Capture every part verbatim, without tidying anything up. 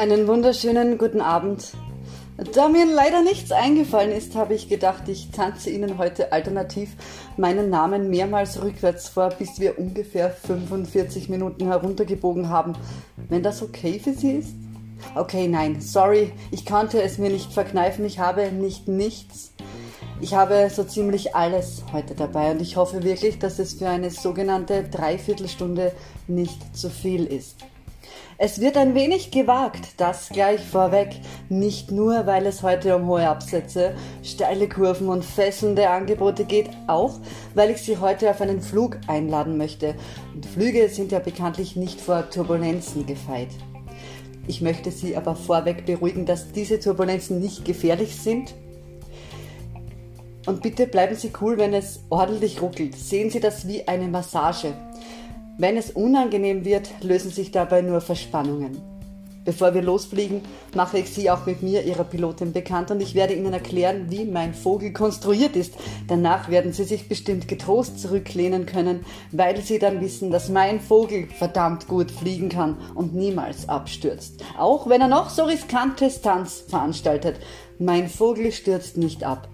Einen wunderschönen guten Abend. Da mir leider nichts eingefallen ist, habe ich gedacht, ich tanze Ihnen heute alternativ meinen Namen mehrmals rückwärts vor, bis wir ungefähr fünfundvierzig Minuten heruntergebogen haben. Wenn das okay für Sie ist? Okay, nein, sorry, ich konnte es mir nicht verkneifen, ich habe nicht nichts. Ich habe so ziemlich alles heute dabei und ich hoffe wirklich, dass es für eine sogenannte Dreiviertelstunde nicht zu viel ist. Es wird ein wenig gewagt, das gleich vorweg, nicht nur, weil es heute um hohe Absätze, steile Kurven und fesselnde Angebote geht, auch weil ich Sie heute auf einen Flug einladen möchte. Und Flüge sind ja bekanntlich nicht vor Turbulenzen gefeit. Ich möchte Sie aber vorweg beruhigen, dass diese Turbulenzen nicht gefährlich sind. Und bitte bleiben Sie cool, wenn es ordentlich ruckelt. Sehen Sie das wie eine Massage. Wenn es unangenehm wird, lösen sich dabei nur Verspannungen. Bevor wir losfliegen, mache ich Sie auch mit mir, Ihrer Pilotin, bekannt und ich werde Ihnen erklären, wie mein Vogel konstruiert ist. Danach werden Sie sich bestimmt getrost zurücklehnen können, weil Sie dann wissen, dass mein Vogel verdammt gut fliegen kann und niemals abstürzt. Auch wenn er noch so riskante Stunts veranstaltet. Mein Vogel stürzt nicht ab.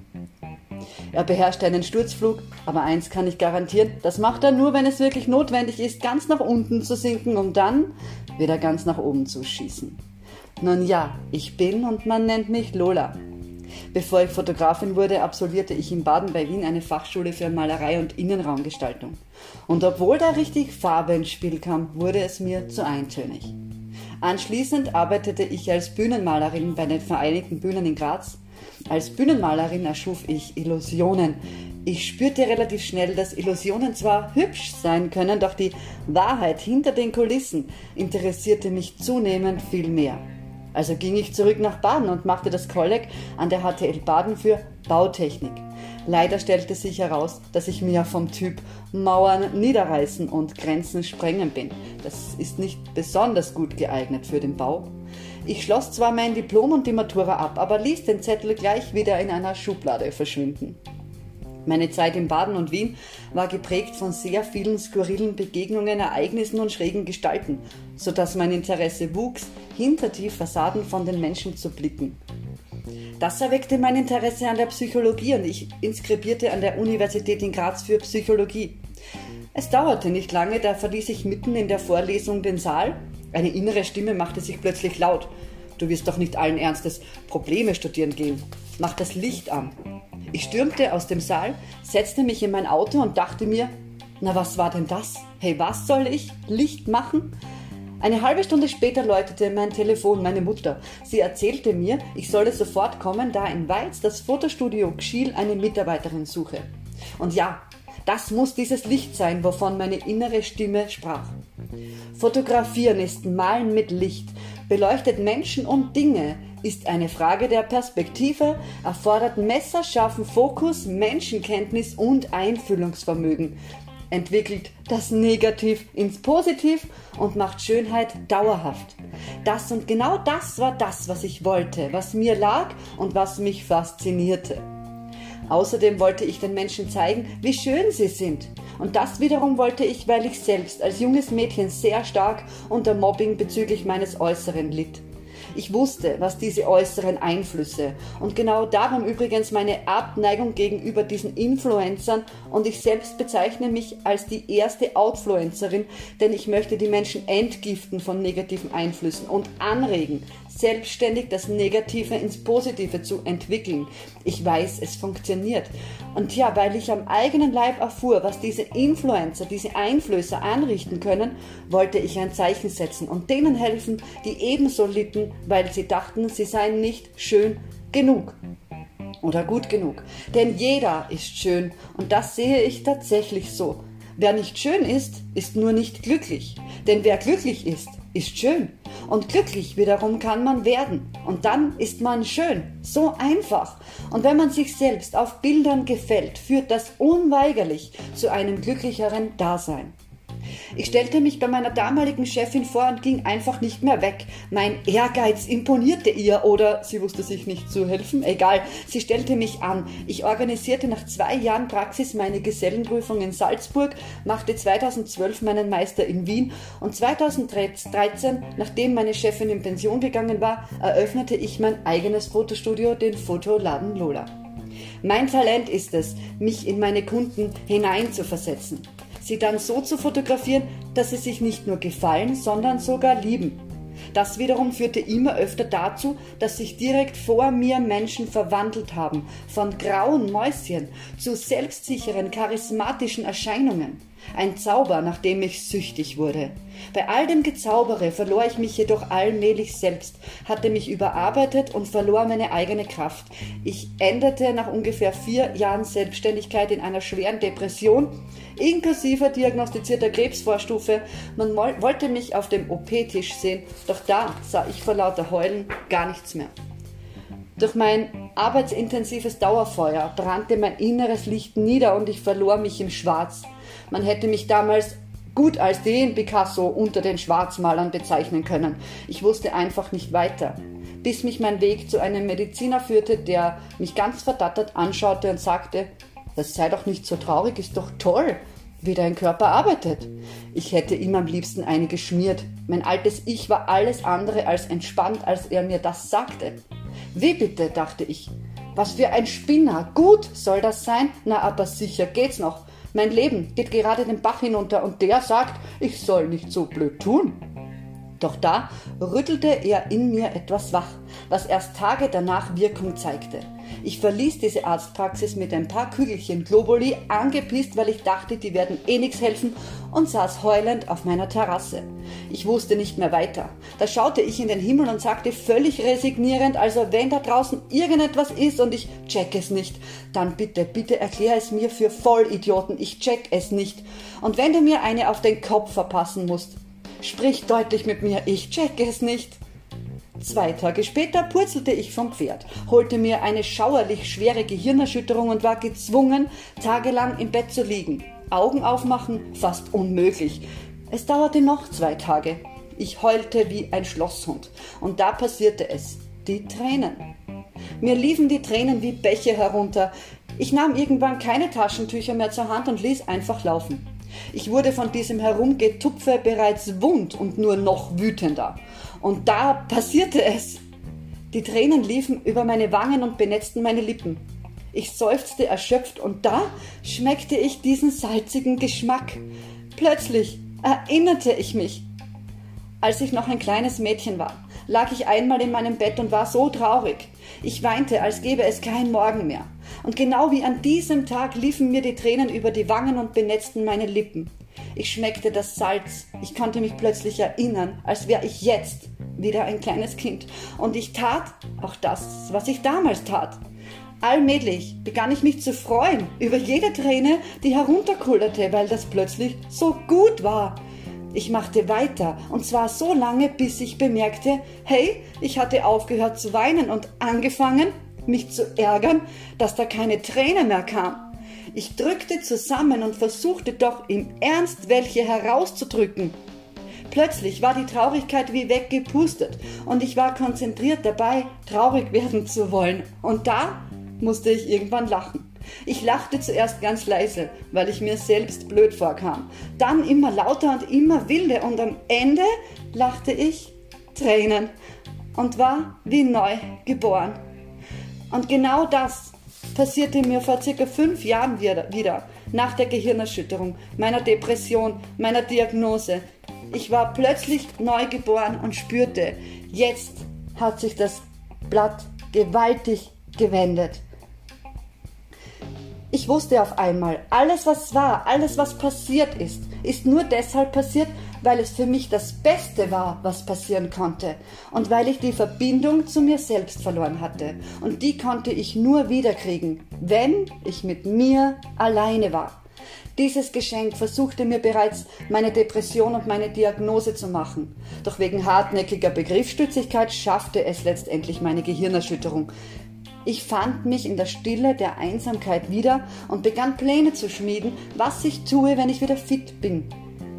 Er beherrscht einen Sturzflug, aber eins kann ich garantieren, das macht er nur, wenn es wirklich notwendig ist, ganz nach unten zu sinken, um dann wieder ganz nach oben zu schießen. Nun ja, ich bin und man nennt mich Lola. Bevor ich Fotografin wurde, absolvierte ich in Baden bei Wien eine Fachschule für Malerei und Innenraumgestaltung. Und obwohl da richtig Farbe ins Spiel kam, wurde es mir zu eintönig. Anschließend arbeitete ich als Bühnenmalerin bei den Vereinigten Bühnen in Graz. Als Bühnenmalerin erschuf ich Illusionen. Ich spürte relativ schnell, dass Illusionen zwar hübsch sein können, doch die Wahrheit hinter den Kulissen interessierte mich zunehmend viel mehr. Also ging ich zurück nach Baden und machte das Kolleg an der H T L Baden für Bautechnik. Leider stellte sich heraus, dass ich mir vom Typ Mauern niederreißen und Grenzen sprengen bin. Das ist nicht besonders gut geeignet für den Bau. Ich schloss zwar mein Diplom und die Matura ab, aber ließ den Zettel gleich wieder in einer Schublade verschwinden. Meine Zeit in Baden und Wien war geprägt von sehr vielen skurrilen Begegnungen, Ereignissen und schrägen Gestalten, sodass mein Interesse wuchs, hinter die Fassaden von den Menschen zu blicken. Das erweckte mein Interesse an der Psychologie und ich inskribierte an der Universität in Graz für Psychologie. Es dauerte nicht lange, da verließ ich mitten in der Vorlesung den Saal. Eine innere Stimme machte sich plötzlich laut. Du wirst doch nicht allen Ernstes Probleme studieren gehen. Mach das Licht an. Ich stürmte aus dem Saal, setzte mich in mein Auto und dachte mir, na was war denn das? Hey, was soll ich? Licht machen? Eine halbe Stunde später läutete mein Telefon, meine Mutter. Sie erzählte mir, ich solle sofort kommen, da in Weiz das Fotostudio Gschiel eine Mitarbeiterin suche. Und ja, das muss dieses Licht sein, wovon meine innere Stimme sprach. Fotografieren ist Malen mit Licht, beleuchtet Menschen und Dinge, ist eine Frage der Perspektive, erfordert messerscharfen Fokus, Menschenkenntnis und Einfühlungsvermögen, entwickelt das Negativ ins Positiv und macht Schönheit dauerhaft. Das und genau das war das, was ich wollte, was mir lag und was mich faszinierte. Außerdem wollte ich den Menschen zeigen, wie schön sie sind. Und das wiederum wollte ich, weil ich selbst als junges Mädchen sehr stark unter Mobbing bezüglich meines Äußeren litt. Ich wusste, was diese äußeren Einflüsse und genau darum übrigens meine Abneigung gegenüber diesen Influencern und ich selbst bezeichne mich als die erste Outfluencerin, denn ich möchte die Menschen entgiften von negativen Einflüssen und anregen, selbstständig das Negative ins Positive zu entwickeln. Ich weiß, es funktioniert. Und ja, weil ich am eigenen Leib erfuhr, was diese Influencer, diese Einflößer anrichten können, wollte ich ein Zeichen setzen und denen helfen, die ebenso litten, weil sie dachten, sie seien nicht schön genug oder gut genug. Denn jeder ist schön und das sehe ich tatsächlich so. Wer nicht schön ist, ist nur nicht glücklich. Denn wer glücklich ist, ist schön. Und glücklich wiederum kann man werden. Und dann ist man schön. So einfach. Und wenn man sich selbst auf Bildern gefällt, führt das unweigerlich zu einem glücklicheren Dasein. Ich stellte mich bei meiner damaligen Chefin vor und ging einfach nicht mehr weg. Mein Ehrgeiz imponierte ihr oder sie wusste sich nicht zu helfen. Egal, sie stellte mich an. Ich organisierte nach zwei Jahren Praxis meine Gesellenprüfung in Salzburg, machte zweitausendzwölf meinen Meister in Wien und zweitausenddreizehn, nachdem meine Chefin in Pension gegangen war, eröffnete ich mein eigenes Fotostudio, den Fotoladen Lola. Mein Talent ist es, mich in meine Kunden hineinzuversetzen, sie dann so zu fotografieren, dass sie sich nicht nur gefallen, sondern sogar lieben. Das wiederum führte immer öfter dazu, dass sich direkt vor mir Menschen verwandelt haben, von grauen Mäuschen zu selbstsicheren, charismatischen Erscheinungen. Ein Zauber, nach dem ich süchtig wurde. Bei all dem Gezaubere verlor ich mich jedoch allmählich selbst, hatte mich überarbeitet und verlor meine eigene Kraft. Ich endete nach ungefähr vier Jahren Selbstständigkeit in einer schweren Depression, inklusive diagnostizierter Krebsvorstufe. Man wollte mich auf dem O P-Tisch sehen, doch da sah ich vor lauter Heulen gar nichts mehr. Durch mein arbeitsintensives Dauerfeuer brannte mein inneres Licht nieder und ich verlor mich im Schwarz. Man hätte mich damals gut als den Picasso unter den Schwarzmalern bezeichnen können. Ich wusste einfach nicht weiter, bis mich mein Weg zu einem Mediziner führte, der mich ganz verdattert anschaute und sagte, das sei doch nicht so traurig, ist doch toll, wie dein Körper arbeitet. Ich hätte ihm am liebsten eine geschmiert. Mein altes Ich war alles andere als entspannt, als er mir das sagte. Wie bitte, dachte ich. Was für ein Spinner. Gut soll das sein? Na, aber sicher geht's noch. Mein Leben geht gerade den Bach hinunter und der sagt, ich soll nicht so blöd tun. Doch da rüttelte er in mir etwas wach, was erst Tage danach Wirkung zeigte. Ich verließ diese Arztpraxis mit ein paar Kügelchen Globuli, angepisst, weil ich dachte, die werden eh nichts helfen, und saß heulend auf meiner Terrasse. Ich wusste nicht mehr weiter. Da schaute ich in den Himmel und sagte völlig resignierend, also wenn da draußen irgendetwas ist und ich check es nicht, dann bitte, bitte erklär es mir für Vollidioten, ich check es nicht. Und wenn du mir eine auf den Kopf verpassen musst, sprich deutlich mit mir, ich check es nicht. Zwei Tage später purzelte ich vom Pferd, holte mir eine schauerlich schwere Gehirnerschütterung und war gezwungen, tagelang im Bett zu liegen. Augen aufmachen, fast unmöglich. Es dauerte noch zwei Tage. Ich heulte wie ein Schlosshund. Und da passierte es. Die Tränen. Mir liefen die Tränen wie Bäche herunter. Ich nahm irgendwann keine Taschentücher mehr zur Hand und ließ einfach laufen. Ich wurde von diesem Herumgetupfe bereits wund und nur noch wütender. Und da passierte es. Die Tränen liefen über meine Wangen und benetzten meine Lippen. Ich seufzte erschöpft und da schmeckte ich diesen salzigen Geschmack. Plötzlich erinnerte ich mich. Als ich noch ein kleines Mädchen war, lag ich einmal in meinem Bett und war so traurig. Ich weinte, als gäbe es keinen Morgen mehr. Und genau wie an diesem Tag liefen mir die Tränen über die Wangen und benetzten meine Lippen. Ich schmeckte das Salz. Ich konnte mich plötzlich erinnern, als wäre ich jetzt wieder ein kleines Kind. Und ich tat auch das, was ich damals tat. Allmählich begann ich mich zu freuen über jede Träne, die herunterkullerte, weil das plötzlich so gut war. Ich machte weiter, und zwar so lange, bis ich bemerkte, hey, ich hatte aufgehört zu weinen und angefangen, mich zu ärgern, dass da keine Träne mehr kam. Ich drückte zusammen und versuchte doch im Ernst welche herauszudrücken. Plötzlich war die Traurigkeit wie weggepustet und ich war konzentriert dabei, traurig werden zu wollen. Und da musste ich irgendwann lachen. Ich lachte zuerst ganz leise, weil ich mir selbst blöd vorkam. Dann immer lauter und immer wilder und am Ende lachte ich Tränen und war wie neu geboren. Und genau das passierte mir vor circa fünf Jahren wieder, nach der Gehirnerschütterung, meiner Depression, meiner Diagnose. Ich war plötzlich neu geboren und spürte, jetzt hat sich das Blatt gewaltig gewendet. Ich wusste auf einmal, alles was war, alles was passiert ist, ist nur deshalb passiert, weil es für mich das Beste war, was passieren konnte und weil ich die Verbindung zu mir selbst verloren hatte. Und die konnte ich nur wiederkriegen, wenn ich mit mir alleine war. Dieses Geschenk versuchte mir bereits meine Depression und meine Diagnose zu machen. Doch wegen hartnäckiger Begriffsstützigkeit schaffte es letztendlich meine Gehirnerschütterung. Ich fand mich in der Stille der Einsamkeit wieder und begann Pläne zu schmieden, was ich tue, wenn ich wieder fit bin.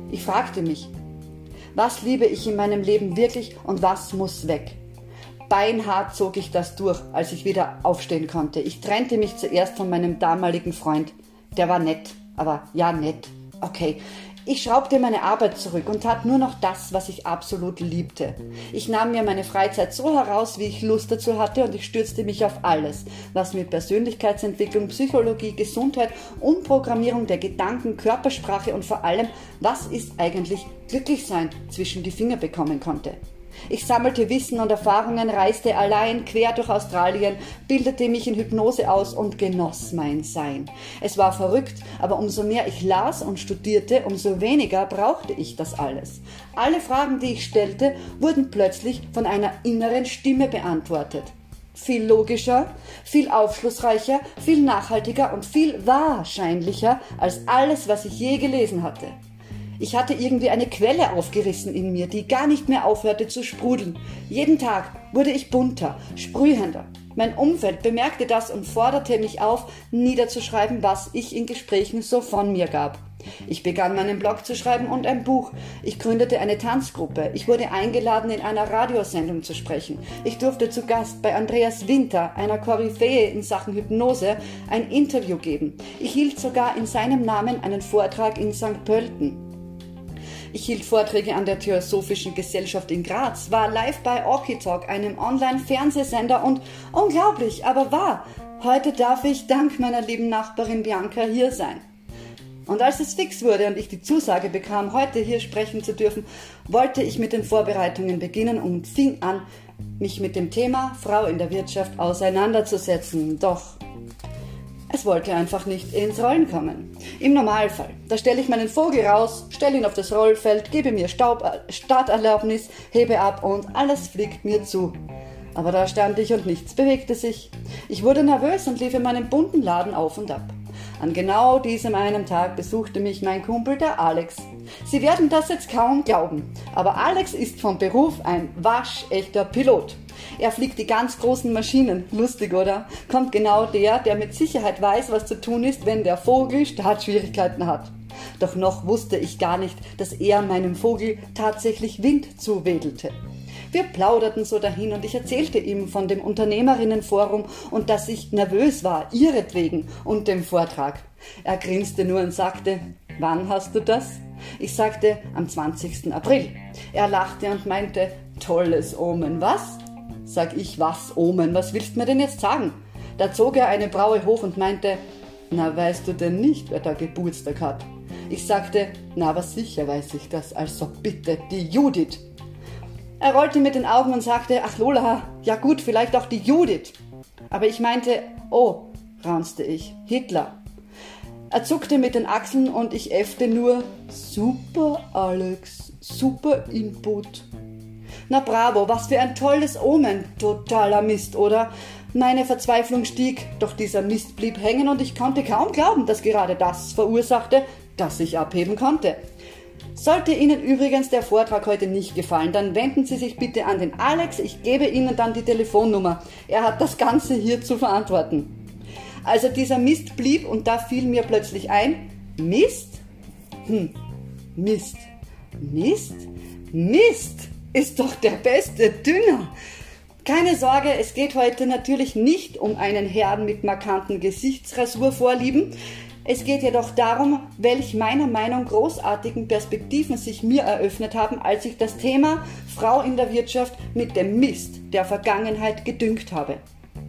Ich fragte mich, was liebe ich in meinem Leben wirklich und was muss weg? Beinhart zog ich das durch, als ich wieder aufstehen konnte. Ich trennte mich zuerst von meinem damaligen Freund. Der war nett, aber ja nett. Okay. Ich schraubte meine Arbeit zurück und tat nur noch das, was ich absolut liebte. Ich nahm mir meine Freizeit so heraus, wie ich Lust dazu hatte, und ich stürzte mich auf alles, was mit Persönlichkeitsentwicklung, Psychologie, Gesundheit, Umprogrammierung der Gedanken, Körpersprache und vor allem, was ist eigentlich Glücklichsein, zwischen die Finger bekommen konnte. Ich sammelte Wissen und Erfahrungen, reiste allein quer durch Australien, bildete mich in Hypnose aus und genoss mein Sein. Es war verrückt, aber umso mehr ich las und studierte, umso weniger brauchte ich das alles. Alle Fragen, die ich stellte, wurden plötzlich von einer inneren Stimme beantwortet. Viel logischer, viel aufschlussreicher, viel nachhaltiger und viel wahrscheinlicher als alles, was ich je gelesen hatte. Ich hatte irgendwie eine Quelle aufgerissen in mir, die gar nicht mehr aufhörte zu sprudeln. Jeden Tag wurde ich bunter, sprühender. Mein Umfeld bemerkte das und forderte mich auf, niederzuschreiben, was ich in Gesprächen so von mir gab. Ich begann meinen Blog zu schreiben und ein Buch. Ich gründete eine Tanzgruppe. Ich wurde eingeladen, in einer Radiosendung zu sprechen. Ich durfte zu Gast bei Andreas Winter, einer Koryphäe in Sachen Hypnose, ein Interview geben. Ich hielt sogar in seinem Namen einen Vortrag in Sankt Pölten. Ich hielt Vorträge an der Theosophischen Gesellschaft in Graz, war live bei Orchitalk, einem Online-Fernsehsender und, unglaublich, aber wahr, heute darf ich dank meiner lieben Nachbarin Bianca hier sein. Und als es fix wurde und ich die Zusage bekam, heute hier sprechen zu dürfen, wollte ich mit den Vorbereitungen beginnen und fing an, mich mit dem Thema Frau in der Wirtschaft auseinanderzusetzen. Doch es wollte einfach nicht ins Rollen kommen. Im Normalfall, da stelle ich meinen Vogel raus, stelle ihn auf das Rollfeld, gebe mir Staub, Starterlaubnis, hebe ab und alles fliegt mir zu. Aber da stand ich und nichts bewegte sich. Ich wurde nervös und lief in meinem bunten Laden auf und ab. An genau diesem einen Tag besuchte mich mein Kumpel, der Alex. Sie werden das jetzt kaum glauben, aber Alex ist von Beruf ein waschechter Pilot. Er fliegt die ganz großen Maschinen. Lustig, oder? Kommt genau der, der mit Sicherheit weiß, was zu tun ist, wenn der Vogel Startschwierigkeiten hat. Doch noch wusste ich gar nicht, dass er meinem Vogel tatsächlich Wind zuwedelte. Wir plauderten so dahin und ich erzählte ihm von dem Unternehmerinnenforum und dass ich nervös war, ihretwegen, und dem Vortrag. Er grinste nur und sagte, wann hast du das? Ich sagte, am zwanzigsten April. Er lachte und meinte, tolles Omen, was? Sag ich, was Omen, was willst du mir denn jetzt sagen? Da zog er eine Braue hoch und meinte, na, weißt du denn nicht, wer da Geburtstag hat? Ich sagte, na, aber sicher weiß ich das, also bitte, die Judith. Er rollte mit den Augen und sagte, ach Lola, ja gut, vielleicht auch die Judith. Aber ich meinte, oh, raunzte ich, Hitler. Er zuckte mit den Achseln und ich äffte nur, super Alex, super Input. Na bravo, was für ein tolles Omen, totaler Mist, oder? Meine Verzweiflung stieg, doch dieser Mist blieb hängen und ich konnte kaum glauben, dass gerade das verursachte, dass ich abheben konnte. Sollte Ihnen übrigens der Vortrag heute nicht gefallen, dann wenden Sie sich bitte an den Alex, ich gebe Ihnen dann die Telefonnummer. Er hat das Ganze hier zu verantworten. Also dieser Mist blieb und da fiel mir plötzlich ein, Mist? Hm, Mist, Mist, Mist ist doch der beste Dünger. Keine Sorge, es geht heute natürlich nicht um einen Herrn mit markanten Gesichtsrasurvorlieben. Es geht jedoch darum, welch meiner Meinung nach großartigen Perspektiven sich mir eröffnet haben, als ich das Thema Frau in der Wirtschaft mit dem Mist der Vergangenheit gedüngt habe.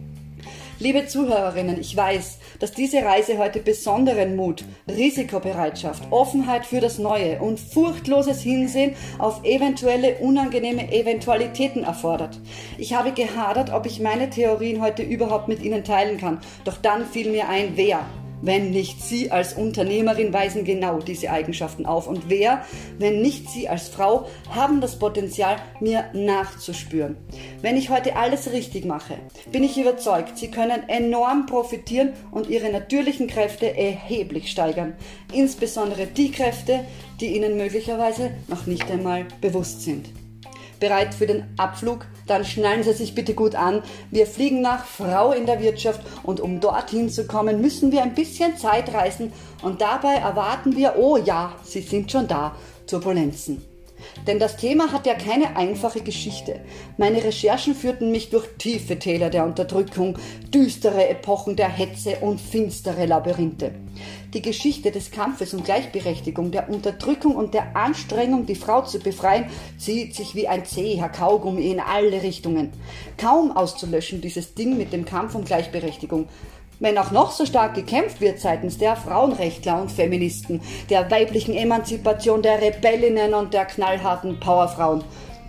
Liebe Zuhörerinnen, ich weiß, dass diese Reise heute besonderen Mut, Risikobereitschaft, Offenheit für das Neue und furchtloses Hinsehen auf eventuelle unangenehme Eventualitäten erfordert. Ich habe gehadert, ob ich meine Theorien heute überhaupt mit Ihnen teilen kann, doch dann fiel mir ein, wer. Wenn nicht Sie als Unternehmerin weisen genau diese Eigenschaften auf. Und wer, wenn nicht Sie als Frau, haben das Potenzial, mir nachzuspüren. Wenn ich heute alles richtig mache, bin ich überzeugt, Sie können enorm profitieren und Ihre natürlichen Kräfte erheblich steigern. Insbesondere die Kräfte, die Ihnen möglicherweise noch nicht einmal bewusst sind. Bereit für den Abflug? Dann schnallen Sie sich bitte gut an. Wir fliegen nach Frau in der Wirtschaft und um dorthin zu kommen, müssen wir ein bisschen Zeit reisen und dabei erwarten wir, oh ja, Sie sind schon da, Turbulenzen. Denn das Thema hat ja keine einfache Geschichte. Meine Recherchen führten mich durch tiefe Täler der Unterdrückung, düstere Epochen der Hetze und finstere Labyrinthe. Die Geschichte des Kampfes um Gleichberechtigung, der Unterdrückung und der Anstrengung, die Frau zu befreien, zieht sich wie ein zäher Kaugummi in alle Richtungen. Kaum auszulöschen, dieses Ding mit dem Kampf um Gleichberechtigung. Wenn auch noch so stark gekämpft wird seitens der Frauenrechtler und Feministen, der weiblichen Emanzipation, der Rebellinnen und der knallharten Powerfrauen.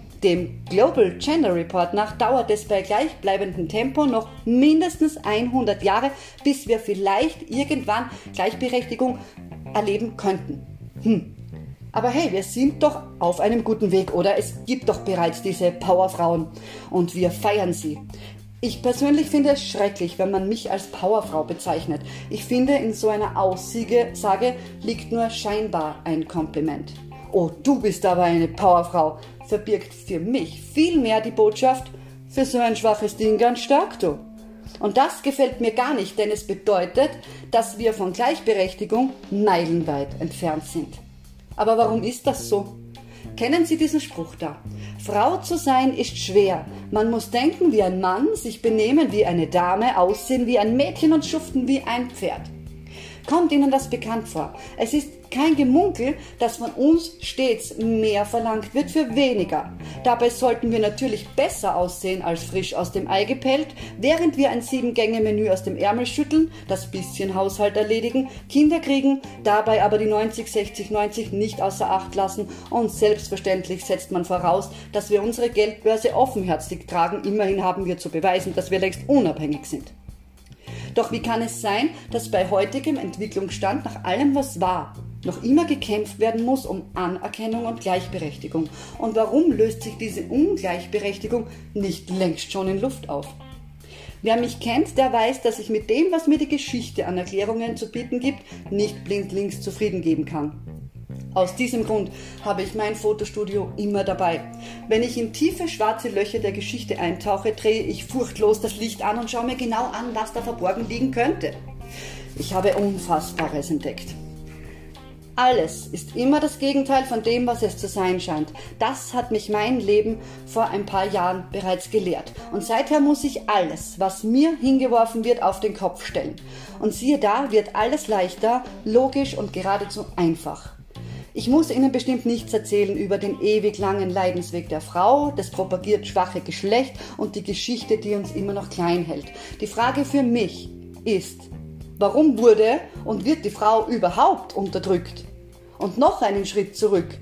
Dem Global Gender Report nach dauert es bei gleichbleibendem Tempo noch mindestens hundert Jahre, bis wir vielleicht irgendwann Gleichberechtigung erleben könnten. Hm. Aber hey, wir sind doch auf einem guten Weg, oder? Es gibt doch bereits diese Powerfrauen und wir feiern sie. Ich persönlich finde es schrecklich, wenn man mich als Powerfrau bezeichnet. Ich finde, in so einer Aussage liegt nur scheinbar ein Kompliment. Oh, du bist aber eine Powerfrau, verbirgt für mich viel mehr die Botschaft, für so ein schwaches Ding ganz stark, du. Und das gefällt mir gar nicht, denn es bedeutet, dass wir von Gleichberechtigung meilenweit entfernt sind. Aber warum ist das so? Kennen Sie diesen Spruch da? Frau zu sein ist schwer. Man muss denken wie ein Mann, sich benehmen wie eine Dame, aussehen wie ein Mädchen und schuften wie ein Pferd. Kommt Ihnen das bekannt vor? Es ist kein Gemunkel, dass von uns stets mehr verlangt wird für weniger. Dabei sollten wir natürlich besser aussehen als frisch aus dem Ei gepellt, während wir ein Sieben-Gänge-Menü aus dem Ärmel schütteln, das bisschen Haushalt erledigen, Kinder kriegen, dabei aber die neunzig sechzig neunzig nicht außer Acht lassen und selbstverständlich setzt man voraus, dass wir unsere Geldbörse offenherzig tragen. Immerhin haben wir zu beweisen, dass wir längst unabhängig sind. Doch wie kann es sein, dass bei heutigem Entwicklungsstand nach allem, was war, noch immer gekämpft werden muss um Anerkennung und Gleichberechtigung? Und warum löst sich diese Ungleichberechtigung nicht längst schon in Luft auf? Wer mich kennt, der weiß, dass ich mit dem, was mir die Geschichte an Erklärungen zu bieten gibt, nicht blindlings zufrieden geben kann. Aus diesem Grund habe ich mein Fotostudio immer dabei. Wenn ich in tiefe schwarze Löcher der Geschichte eintauche, drehe ich furchtlos das Licht an und schaue mir genau an, was da verborgen liegen könnte. Ich habe Unfassbares entdeckt. Alles ist immer das Gegenteil von dem, was es zu sein scheint. Das hat mich mein Leben vor ein paar Jahren bereits gelehrt. Und seither muss ich alles, was mir hingeworfen wird, auf den Kopf stellen. Und siehe da, wird alles leichter, logisch und geradezu einfach. Ich muss Ihnen bestimmt nichts erzählen über den ewig langen Leidensweg der Frau, das propagiert schwache Geschlecht und die Geschichte, die uns immer noch klein hält. Die Frage für mich ist, warum wurde und wird die Frau überhaupt unterdrückt? Und noch einen Schritt zurück.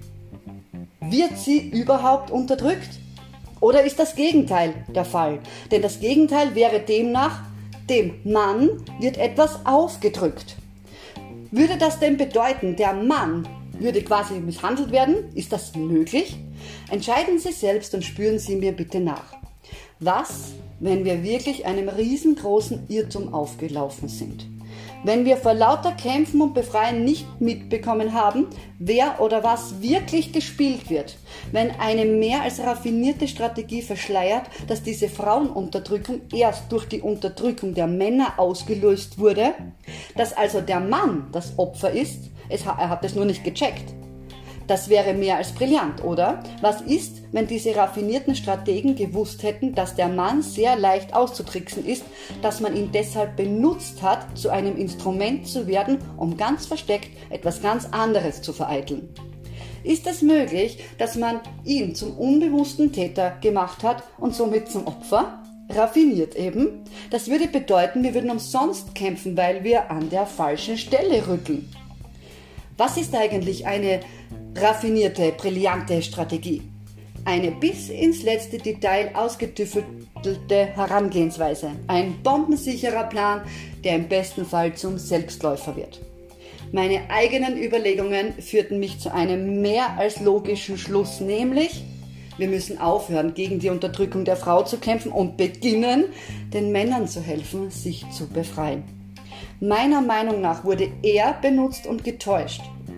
Wird sie überhaupt unterdrückt? Oder ist das Gegenteil der Fall? Denn das Gegenteil wäre demnach, dem Mann wird etwas aufgedrückt. Würde das denn bedeuten, der Mann würde quasi misshandelt werden? Ist das möglich? Entscheiden Sie selbst und spüren Sie mir bitte nach. Was, wenn wir wirklich einem riesengroßen Irrtum aufgelaufen sind? Wenn wir vor lauter Kämpfen und Befreien nicht mitbekommen haben, wer oder was wirklich gespielt wird, wenn eine mehr als raffinierte Strategie verschleiert, dass diese Frauenunterdrückung erst durch die Unterdrückung der Männer ausgelöst wurde, dass also der Mann das Opfer ist, es, er hat es nur nicht gecheckt. Das wäre mehr als brillant, oder? Was ist, wenn diese raffinierten Strategen gewusst hätten, dass der Mann sehr leicht auszutricksen ist, dass man ihn deshalb benutzt hat, zu einem Instrument zu werden, um ganz versteckt etwas ganz anderes zu vereiteln? Ist es möglich, dass man ihn zum unbewussten Täter gemacht hat und somit zum Opfer? Raffiniert eben. Das würde bedeuten, wir würden umsonst kämpfen, weil wir an der falschen Stelle rütteln. Was ist eigentlich eine raffinierte, brillante Strategie? Eine bis ins letzte Detail ausgetüftelte Herangehensweise. Ein bombensicherer Plan, der im besten Fall zum Selbstläufer wird. Meine eigenen Überlegungen führten mich zu einem mehr als logischen Schluss, nämlich: Wir müssen aufhören, gegen die Unterdrückung der Frau zu kämpfen und beginnen, den Männern zu helfen, sich zu befreien. Meiner Meinung nach wurde er benutzt und getäuscht.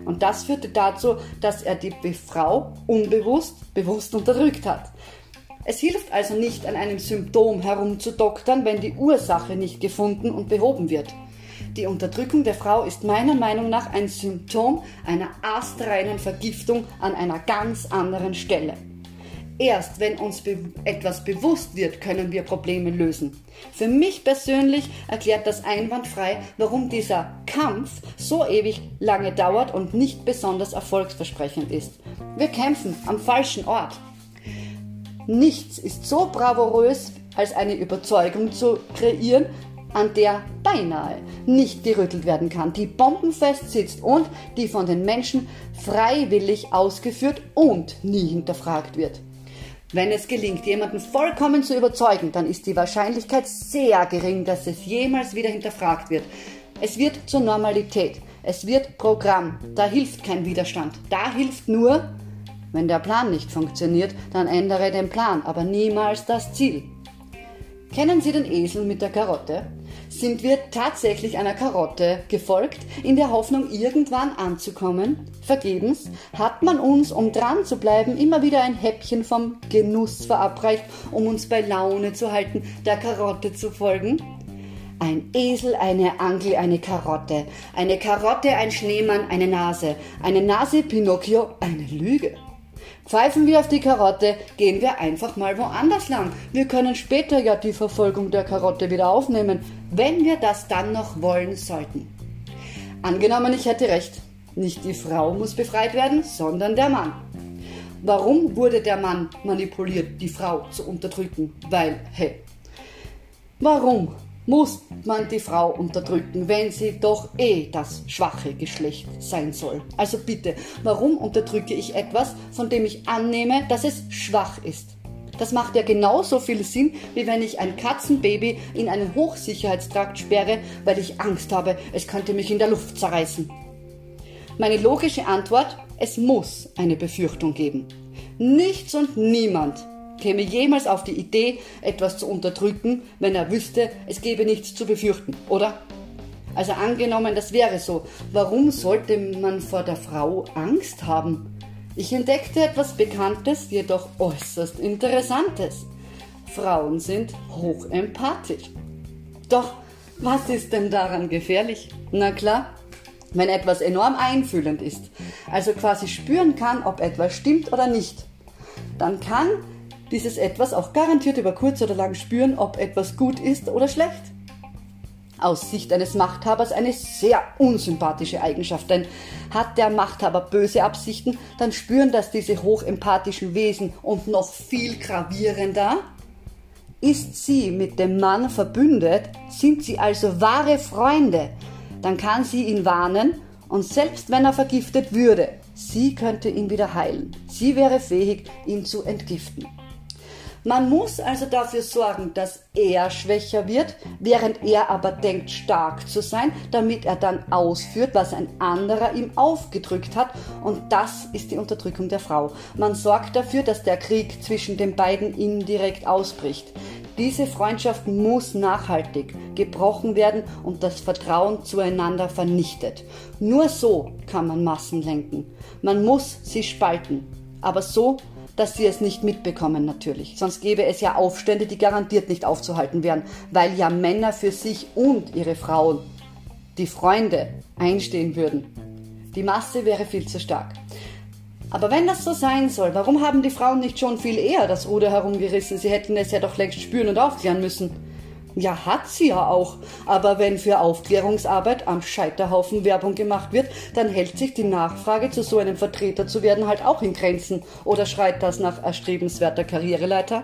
Und das führte dazu, dass er die Frau unbewusst, bewusst unterdrückt hat. Es hilft also nicht, an einem Symptom herumzudoktern, wenn die Ursache nicht gefunden und behoben wird. Die Unterdrückung der Frau ist meiner Meinung nach ein Symptom einer astreinen Vergiftung an einer ganz anderen Stelle. Erst wenn uns be- etwas bewusst wird, können wir Probleme lösen. Für mich persönlich erklärt das einwandfrei, warum dieser Kampf so ewig lange dauert und nicht besonders erfolgsversprechend ist. Wir kämpfen am falschen Ort. Nichts ist so bravourös, als eine Überzeugung zu kreieren, an der beinahe nicht gerüttelt werden kann, die bombenfest sitzt und die von den Menschen freiwillig ausgeführt und nie hinterfragt wird. Wenn es gelingt, jemanden vollkommen zu überzeugen, dann ist die Wahrscheinlichkeit sehr gering, dass es jemals wieder hinterfragt wird. Es wird zur Normalität, es wird Programm, da hilft kein Widerstand, da hilft nur, wenn der Plan nicht funktioniert, dann ändere den Plan, aber niemals das Ziel. Kennen Sie den Esel mit der Karotte? Sind wir tatsächlich einer Karotte gefolgt, in der Hoffnung, irgendwann anzukommen? Vergebens hat man uns, um dran zu bleiben, immer wieder ein Häppchen vom Genuss verabreicht, um uns bei Laune zu halten, der Karotte zu folgen? Ein Esel, eine Angel, eine Karotte. Eine Karotte, ein Schneemann, eine Nase. Eine Nase, Pinocchio, eine Lüge. Pfeifen wir auf die Karotte, gehen wir einfach mal woanders lang. Wir können später ja die Verfolgung der Karotte wieder aufnehmen, wenn wir das dann noch wollen sollten. Angenommen, ich hätte recht. Nicht die Frau muss befreit werden, sondern der Mann. Warum wurde der Mann manipuliert, die Frau zu unterdrücken? Weil, hey, warum muss man die Frau unterdrücken, wenn sie doch eh das schwache Geschlecht sein soll? Also bitte, warum unterdrücke ich etwas, von dem ich annehme, dass es schwach ist? Das macht ja genauso viel Sinn, wie wenn ich ein Katzenbaby in einen Hochsicherheitstrakt sperre, weil ich Angst habe, es könnte mich in der Luft zerreißen. Meine logische Antwort: Es muss eine Befürchtung geben. Nichts und niemand käme jemals auf die Idee, etwas zu unterdrücken, wenn er wüsste, es gäbe nichts zu befürchten, oder? Also angenommen, das wäre so, warum sollte man vor der Frau Angst haben? Ich entdeckte etwas Bekanntes, jedoch äußerst Interessantes. Frauen sind hochempathisch. Doch was ist denn daran gefährlich? Na klar, wenn etwas enorm einfühlend ist, also quasi spüren kann, ob etwas stimmt oder nicht, dann kann dieses Etwas auch garantiert über kurz oder lang spüren, ob etwas gut ist oder schlecht. Aus Sicht eines Machthabers eine sehr unsympathische Eigenschaft, denn hat der Machthaber böse Absichten, dann spüren das diese hochempathischen Wesen und noch viel gravierender. Ist sie mit dem Mann verbündet, sind sie also wahre Freunde, dann kann sie ihn warnen und selbst wenn er vergiftet würde, sie könnte ihn wieder heilen. Sie wäre fähig, ihn zu entgiften. Man muss also dafür sorgen, dass er schwächer wird, während er aber denkt, stark zu sein, damit er dann ausführt, was ein anderer ihm aufgedrückt hat. Und das ist die Unterdrückung der Frau. Man sorgt dafür, dass der Krieg zwischen den beiden indirekt ausbricht. Diese Freundschaft muss nachhaltig gebrochen werden und das Vertrauen zueinander vernichtet. Nur so kann man Massen lenken. Man muss sie spalten, aber so, dass sie es nicht mitbekommen natürlich. Sonst gäbe es ja Aufstände, die garantiert nicht aufzuhalten wären, weil ja Männer für sich und ihre Frauen, die Freunde, einstehen würden. Die Masse wäre viel zu stark. Aber wenn das so sein soll, warum haben die Frauen nicht schon viel eher das Ruder herumgerissen? Sie hätten es ja doch längst spüren und aufklären müssen. Ja, hat sie ja auch. Aber wenn für Aufklärungsarbeit am Scheiterhaufen Werbung gemacht wird, dann hält sich die Nachfrage, zu so einem Vertreter zu werden, halt auch in Grenzen. Oder schreit das nach erstrebenswerter Karriereleiter?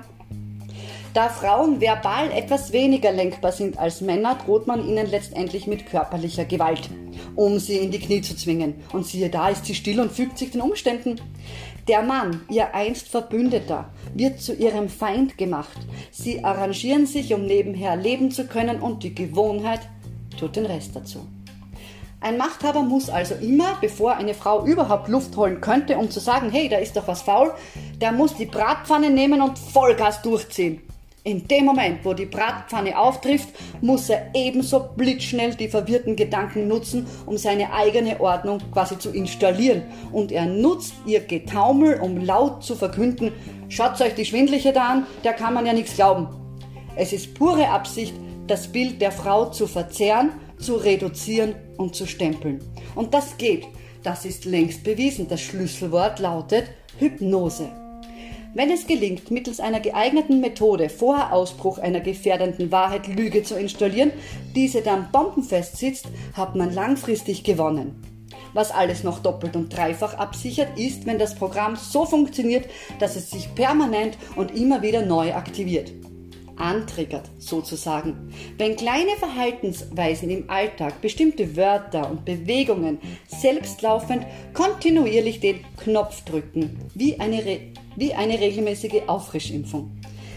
Da Frauen verbal etwas weniger lenkbar sind als Männer, droht man ihnen letztendlich mit körperlicher Gewalt, um sie in die Knie zu zwingen. Und siehe da, ist sie still und fügt sich den Umständen. Der Mann, ihr einst Verbündeter, wird zu ihrem Feind gemacht. Sie arrangieren sich, um nebenher leben zu können, und die Gewohnheit tut den Rest dazu. Ein Machthaber muss also immer, bevor eine Frau überhaupt Luft holen könnte, um zu sagen, hey, da ist doch was faul, der muss die Bratpfanne nehmen und Vollgas durchziehen. In dem Moment, wo die Bratpfanne auftrifft, muss er ebenso blitzschnell die verwirrten Gedanken nutzen, um seine eigene Ordnung quasi zu installieren. Und er nutzt ihr Getaumel, um laut zu verkünden: Schaut euch die Schwindliche da an, der kann man ja nichts glauben. Es ist pure Absicht, das Bild der Frau zu verzerren, zu reduzieren und zu stempeln. Und das geht. Das ist längst bewiesen. Das Schlüsselwort lautet Hypnose. Wenn es gelingt, mittels einer geeigneten Methode vor Ausbruch einer gefährdenden Wahrheit Lüge zu installieren, diese dann bombenfest sitzt, hat man langfristig gewonnen. Was alles noch doppelt und dreifach absichert, ist, wenn das Programm so funktioniert, dass es sich permanent und immer wieder neu aktiviert. Antriggert sozusagen. Wenn kleine Verhaltensweisen im Alltag, bestimmte Wörter und Bewegungen selbstlaufend kontinuierlich den Knopf drücken, wie eine, Re- wie eine regelmäßige Auffrischimpfung.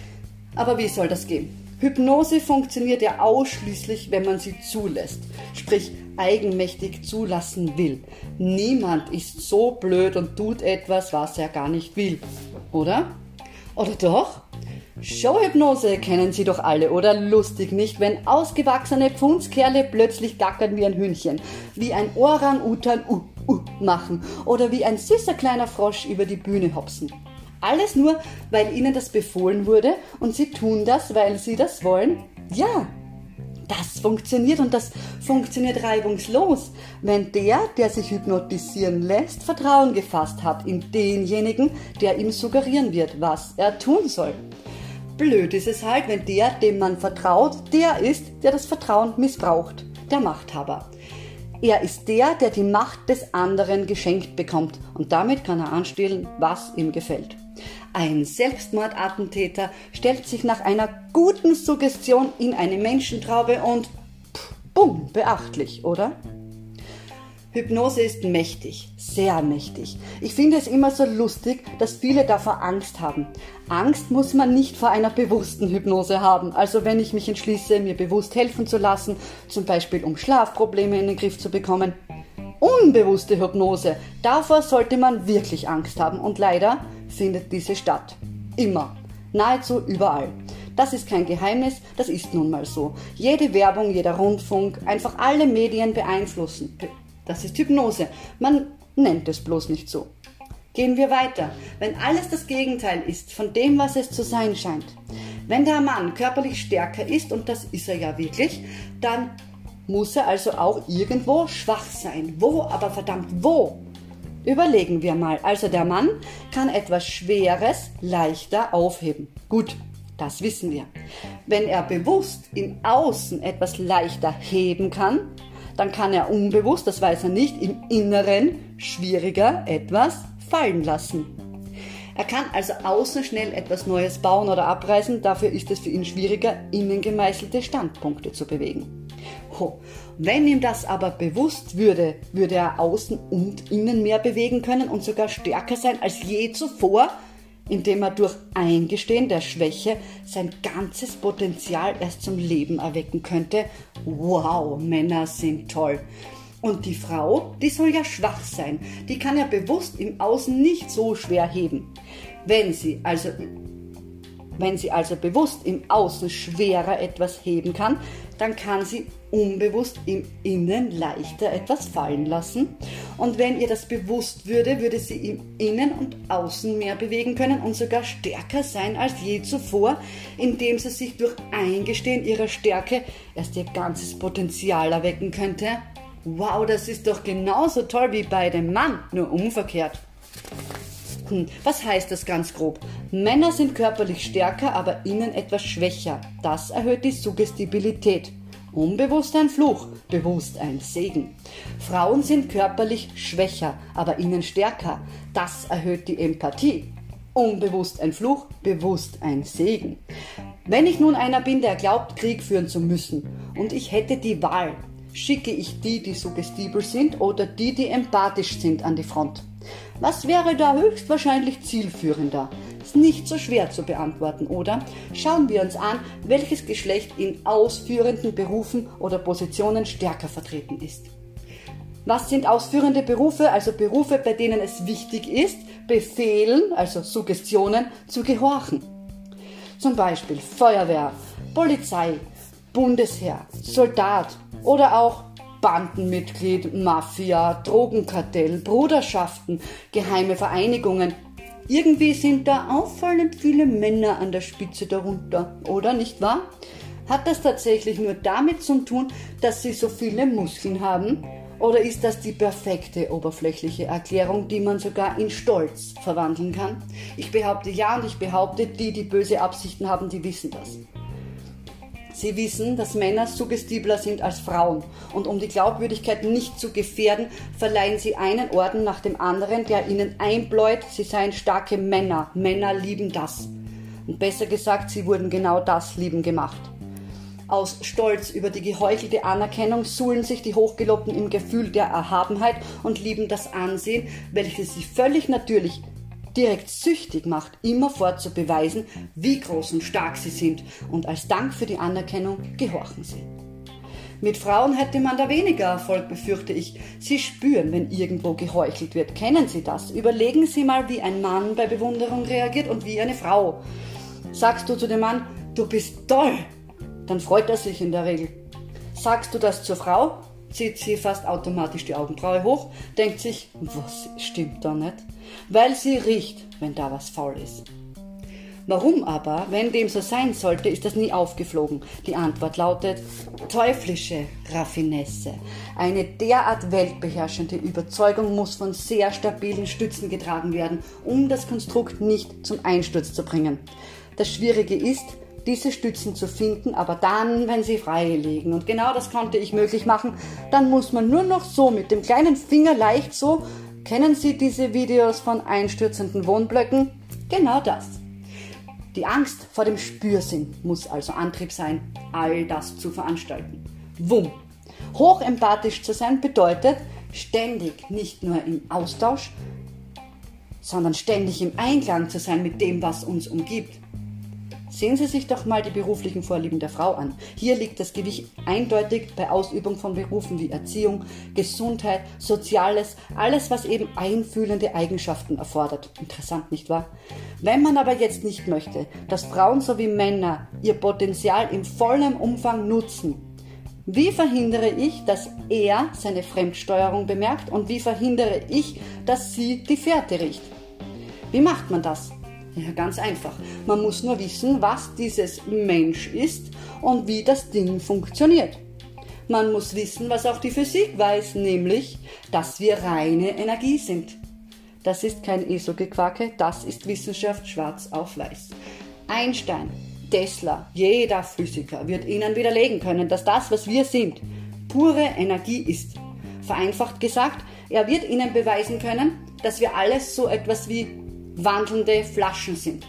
Aber wie soll das gehen? Hypnose funktioniert ja ausschließlich, wenn man sie zulässt, sprich eigenmächtig zulassen will. Niemand ist so blöd und tut etwas, was er gar nicht will, oder? Oder doch? Showhypnose kennen Sie doch alle, oder? Lustig, nicht? Wenn ausgewachsene Pfundskerle plötzlich gackern wie ein Hühnchen, wie ein Orang-Utan uh, uh machen oder wie ein süßer kleiner Frosch über die Bühne hopsen. Alles nur, weil ihnen das befohlen wurde und sie tun das, weil sie das wollen? Ja, das funktioniert und das funktioniert reibungslos, wenn der, der sich hypnotisieren lässt, Vertrauen gefasst hat in denjenigen, der ihm suggerieren wird, was er tun soll. Blöd ist es halt, wenn der, dem man vertraut, der ist, der das Vertrauen missbraucht, der Machthaber. Er ist der, der die Macht des anderen geschenkt bekommt und damit kann er anstellen, was ihm gefällt. Ein Selbstmordattentäter stellt sich nach einer guten Suggestion in eine Menschentraube und pff, bumm, beachtlich, oder? Hypnose ist mächtig, sehr mächtig. Ich finde es immer so lustig, dass viele davor Angst haben. Angst muss man nicht vor einer bewussten Hypnose haben. Also wenn ich mich entschließe, mir bewusst helfen zu lassen, zum Beispiel um Schlafprobleme in den Griff zu bekommen. Unbewusste Hypnose, davor sollte man wirklich Angst haben und leider findet diese statt. Immer, nahezu überall. Das ist kein Geheimnis, das ist nun mal so. Jede Werbung, jeder Rundfunk, einfach alle Medien beeinflussen. Das ist Hypnose. Man nennt es bloß nicht so. Gehen wir weiter. Wenn alles das Gegenteil ist von dem, was es zu sein scheint. Wenn der Mann körperlich stärker ist, und das ist er ja wirklich, dann muss er also auch irgendwo schwach sein. Wo, aber verdammt, wo? Überlegen wir mal. Also der Mann kann etwas Schweres leichter aufheben. Gut, das wissen wir. Wenn er bewusst im Außen etwas leichter heben kann, dann kann er unbewusst, das weiß er nicht, im Inneren schwieriger etwas fallen lassen. Er kann also außen schnell etwas Neues bauen oder abreißen, dafür ist es für ihn schwieriger, innen gemeißelte Standpunkte zu bewegen. Oh, wenn ihm das aber bewusst würde, würde er außen und innen mehr bewegen können und sogar stärker sein als je zuvor, indem er durch Eingestehen der Schwäche sein ganzes Potenzial erst zum Leben erwecken könnte. Wow, Männer sind toll. Und die Frau, die soll ja schwach sein. Die kann ja bewusst im Außen nicht so schwer heben. Wenn sie also, wenn sie also bewusst im Außen schwerer etwas heben kann, dann kann sie unbewusst im Innen leichter etwas fallen lassen. Und wenn ihr das bewusst würde, würde sie im Innen und Außen mehr bewegen können und sogar stärker sein als je zuvor, indem sie sich durch Eingestehen ihrer Stärke erst ihr ganzes Potenzial erwecken könnte. Wow, das ist doch genauso toll wie bei dem Mann, nur umgekehrt. Hm, was heißt das ganz grob? Männer sind körperlich stärker, aber innen etwas schwächer. Das erhöht die Suggestibilität. Unbewusst ein Fluch, bewusst ein Segen. Frauen sind körperlich schwächer, aber innen stärker. Das erhöht die Empathie. Unbewusst ein Fluch, bewusst ein Segen. Wenn ich nun einer bin, der glaubt, Krieg führen zu müssen, und ich hätte die Wahl, schicke ich die, die suggestibel sind, oder die, die empathisch sind, an die Front? Was wäre da höchstwahrscheinlich zielführender? Ist nicht so schwer zu beantworten, oder? Schauen wir uns an, welches Geschlecht in ausführenden Berufen oder Positionen stärker vertreten ist. Was sind ausführende Berufe? Also Berufe, bei denen es wichtig ist, Befehlen, also Suggestionen, zu gehorchen. Zum Beispiel Feuerwehr, Polizei, Bundesheer, Soldat oder auch Bandenmitglied, Mafia, Drogenkartell, Bruderschaften, geheime Vereinigungen. Irgendwie sind da auffallend viele Männer an der Spitze darunter, oder nicht wahr? Hat das tatsächlich nur damit zu tun, dass sie so viele Muskeln haben? Oder ist das die perfekte oberflächliche Erklärung, die man sogar in Stolz verwandeln kann? Ich behaupte ja und ich behaupte, die, die böse Absichten haben, die wissen das. Sie wissen, dass Männer suggestibler sind als Frauen und um die Glaubwürdigkeit nicht zu gefährden, verleihen sie einen Orden nach dem anderen, der ihnen einbläut, sie seien starke Männer. Männer lieben das. Und besser gesagt, sie wurden genau das lieben gemacht. Aus Stolz über die geheuchelte Anerkennung suhlen sich die Hochgelobten im Gefühl der Erhabenheit und lieben das Ansehen, welches sie völlig natürlich direkt süchtig macht, immerfort zu beweisen, wie groß und stark sie sind und als Dank für die Anerkennung gehorchen sie. Mit Frauen hätte man da weniger Erfolg, befürchte ich. Sie spüren, wenn irgendwo geheuchelt wird. Kennen Sie das? Überlegen Sie mal, wie ein Mann bei Bewunderung reagiert und wie eine Frau. Sagst du zu dem Mann, du bist toll, dann freut er sich in der Regel. Sagst du das zur Frau, zieht sie fast automatisch die Augenbraue hoch, denkt sich, was stimmt da nicht? Weil sie riecht, wenn da was faul ist. Warum aber, wenn dem so sein sollte, ist das nie aufgeflogen? Die Antwort lautet, teuflische Raffinesse. Eine derart weltbeherrschende Überzeugung muss von sehr stabilen Stützen getragen werden, um das Konstrukt nicht zum Einsturz zu bringen. Das Schwierige ist, diese Stützen zu finden, aber dann, wenn sie frei liegen. Und genau das konnte ich möglich machen. Dann muss man nur noch so mit dem kleinen Finger leicht so, kennen Sie diese Videos von einstürzenden Wohnblöcken? Genau das. Die Angst vor dem Spürsinn muss also Antrieb sein, all das zu veranstalten. Wumm! Hochempathisch zu sein bedeutet, ständig nicht nur im Austausch, sondern ständig im Einklang zu sein mit dem, was uns umgibt. Sehen Sie sich doch mal die beruflichen Vorlieben der Frau an. Hier liegt das Gewicht eindeutig bei Ausübung von Berufen wie Erziehung, Gesundheit, Soziales, alles, was eben einfühlende Eigenschaften erfordert. Interessant, nicht wahr? Wenn man aber jetzt nicht möchte, dass Frauen sowie Männer ihr Potenzial im vollen Umfang nutzen, wie verhindere ich, dass er seine Fremdsteuerung bemerkt und wie verhindere ich, dass sie die Fährte riecht? Wie macht man das? Ja, ganz einfach. Man muss nur wissen, was dieses Mensch ist und wie das Ding funktioniert. Man muss wissen, was auch die Physik weiß, nämlich, dass wir reine Energie sind. Das ist kein E S O-Gequake, das ist Wissenschaft schwarz auf weiß. Einstein, Tesla, jeder Physiker wird Ihnen widerlegen können, dass das, was wir sind, pure Energie ist. Vereinfacht gesagt, er wird Ihnen beweisen können, dass wir alles so etwas wie wandelnde Flaschen sind.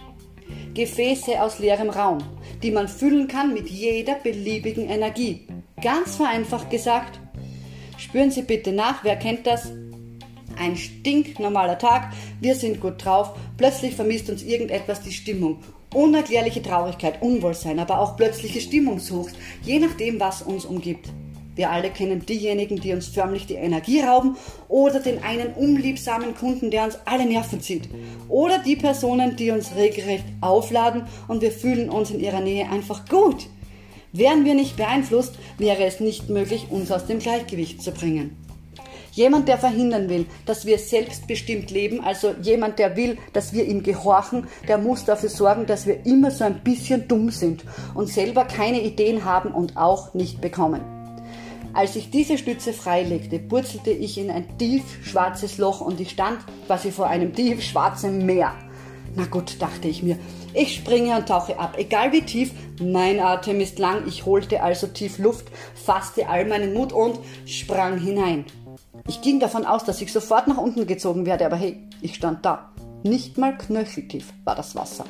Gefäße aus leerem Raum, die man füllen kann mit jeder beliebigen Energie. Ganz vereinfacht gesagt, spüren Sie bitte nach, wer kennt das? Ein stinknormaler Tag, wir sind gut drauf, plötzlich vermisst uns irgendetwas die Stimmung. Unerklärliche Traurigkeit, Unwohlsein, aber auch plötzliche Stimmungshochs, je nachdem, was uns umgibt. Wir alle kennen diejenigen, die uns förmlich die Energie rauben oder den einen unliebsamen Kunden, der uns alle Nerven zieht. Oder die Personen, die uns regelrecht aufladen und wir fühlen uns in ihrer Nähe einfach gut. Wären wir nicht beeinflusst, wäre es nicht möglich, uns aus dem Gleichgewicht zu bringen. Jemand, der verhindern will, dass wir selbstbestimmt leben, also jemand, der will, dass wir ihm gehorchen, der muss dafür sorgen, dass wir immer so ein bisschen dumm sind und selber keine Ideen haben und auch nicht bekommen. Als ich diese Stütze freilegte, purzelte ich in ein tief schwarzes Loch und ich stand quasi vor einem tief schwarzen Meer. Na gut, dachte ich mir, ich springe und tauche ab, egal wie tief, mein Atem ist lang, ich holte also tief Luft, fasste all meinen Mut und sprang hinein. Ich ging davon aus, dass ich sofort nach unten gezogen werde, aber hey, ich stand da. Nicht mal knöcheltief war das Wasser.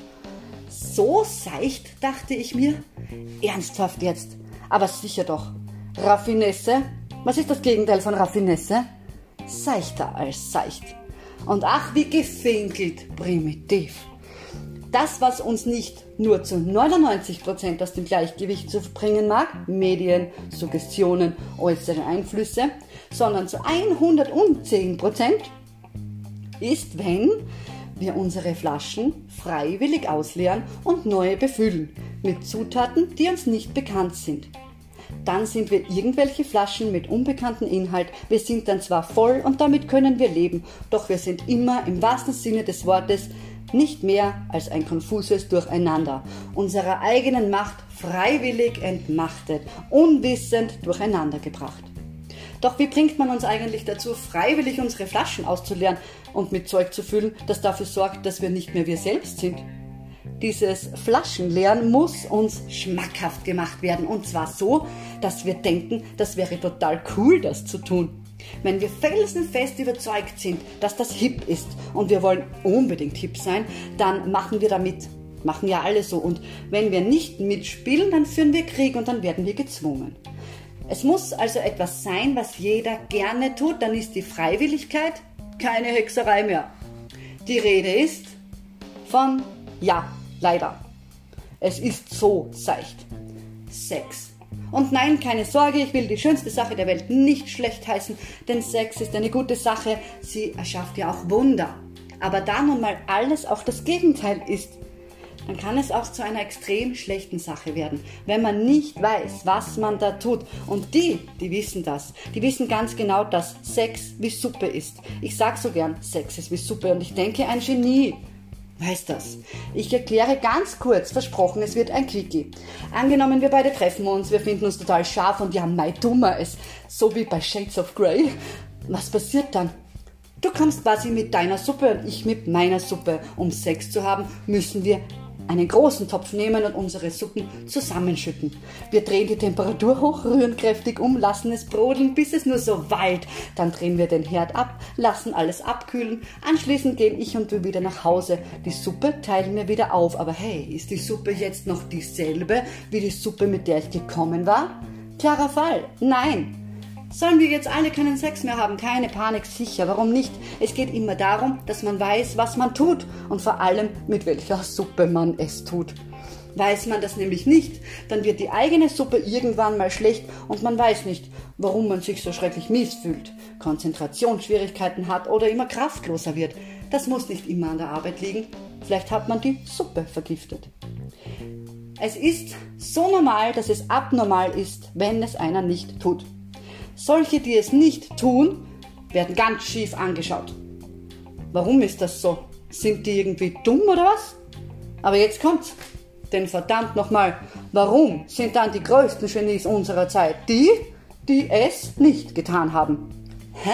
So seicht, dachte ich mir, ernsthaft jetzt, aber sicher doch. Raffinesse, was ist das Gegenteil von Raffinesse? Seichter als seicht. Und ach, wie gefinkelt primitiv. Das, was uns nicht nur zu neunundneunzig Prozent aus dem Gleichgewicht zu bringen mag, Medien, Suggestionen, äußere Einflüsse, sondern zu hundertzehn Prozent ist, wenn wir unsere Flaschen freiwillig ausleeren und neue befüllen mit Zutaten, die uns nicht bekannt sind. Dann sind wir irgendwelche Flaschen mit unbekanntem Inhalt. Wir sind dann zwar voll und damit können wir leben, doch wir sind immer im wahrsten Sinne des Wortes nicht mehr als ein konfuses Durcheinander, unserer eigenen Macht freiwillig entmachtet, unwissend durcheinandergebracht. Doch wie bringt man uns eigentlich dazu, freiwillig unsere Flaschen auszuleeren und mit Zeug zu füllen, das dafür sorgt, dass wir nicht mehr wir selbst sind? Dieses Flaschenleeren muss uns schmackhaft gemacht werden, und zwar so, dass wir denken, das wäre total cool, das zu tun. Wenn wir felsenfest überzeugt sind, dass das hip ist und wir wollen unbedingt hip sein, dann machen wir damit. Machen ja alle so. Und wenn wir nicht mitspielen, dann führen wir Krieg und dann werden wir gezwungen. Es muss also etwas sein, was jeder gerne tut, dann ist die Freiwilligkeit keine Hexerei mehr. Die Rede ist von, ja, leider. Es ist so seicht. Sex. Und nein, keine Sorge, ich will die schönste Sache der Welt nicht schlecht heißen, denn Sex ist eine gute Sache, sie erschafft ja auch Wunder. Aber da nun mal alles auch das Gegenteil ist, dann kann es auch zu einer extrem schlechten Sache werden, wenn man nicht weiß, was man da tut. Und die, die wissen das, die wissen ganz genau, dass Sex wie Suppe ist. Ich sag so gern, Sex ist wie Suppe, und ich denke, ein Genie weiß das. Ich erkläre ganz kurz, versprochen, es wird ein Quickie. Angenommen, wir beide treffen uns, wir finden uns total scharf und ja, mei, tun wir es. So wie bei Shades of Grey. Was passiert dann? Du kommst quasi mit deiner Suppe und ich mit meiner Suppe. Um Sex zu haben, müssen wir einen großen Topf nehmen und unsere Suppen zusammenschütten. Wir drehen die Temperatur hoch, rühren kräftig um, lassen es brodeln, bis es nur so wallt. Dann drehen wir den Herd ab, lassen alles abkühlen. Anschließend gehen ich und du wieder nach Hause. Die Suppe teilen wir wieder auf. Aber hey, ist die Suppe jetzt noch dieselbe wie die Suppe, mit der ich gekommen war? Klarer Fall. Nein. Sollen wir jetzt alle keinen Sex mehr haben? Keine Panik, sicher. Warum nicht? Es geht immer darum, dass man weiß, was man tut und vor allem, mit welcher Suppe man es tut. Weiß man das nämlich nicht, dann wird die eigene Suppe irgendwann mal schlecht und man weiß nicht, warum man sich so schrecklich mies fühlt, Konzentrationsschwierigkeiten hat oder immer kraftloser wird. Das muss nicht immer an der Arbeit liegen. Vielleicht hat man die Suppe vergiftet. Es ist so normal, dass es abnormal ist, wenn es einer nicht tut. Solche, die es nicht tun, werden ganz schief angeschaut. Warum ist das so? Sind die irgendwie dumm oder was? Aber jetzt kommt's. Denn verdammt nochmal, warum sind dann die größten Genies unserer Zeit die, die es nicht getan haben? Hä?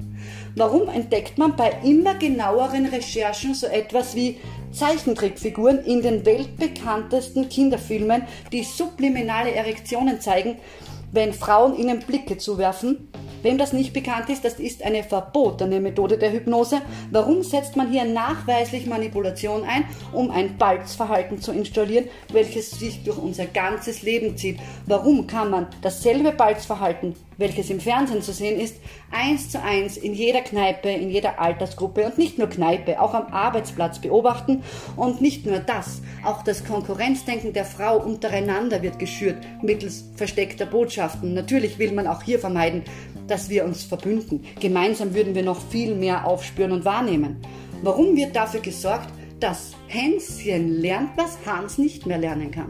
Warum entdeckt man bei immer genaueren Recherchen so etwas wie Zeichentrickfiguren in den weltbekanntesten Kinderfilmen, die subliminale Erektionen zeigen, wenn Frauen ihnen Blicke zuwerfen? Wem das nicht bekannt ist, das ist eine verbotene Methode der Hypnose. Warum setzt man hier nachweislich Manipulation ein, um ein Balzverhalten zu installieren, welches sich durch unser ganzes Leben zieht? Warum kann man dasselbe Balzverhalten, welches im Fernsehen zu sehen ist, eins zu eins in jeder Kneipe, in jeder Altersgruppe und nicht nur Kneipe, auch am Arbeitsplatz beobachten? Und nicht nur das, auch das Konkurrenzdenken der Frau untereinander wird geschürt mittels versteckter Botschaften. Natürlich will man auch hier vermeiden, dass wir uns verbünden. Gemeinsam würden wir noch viel mehr aufspüren und wahrnehmen. Warum wird dafür gesorgt, dass Hänschen lernt, was Hans nicht mehr lernen kann?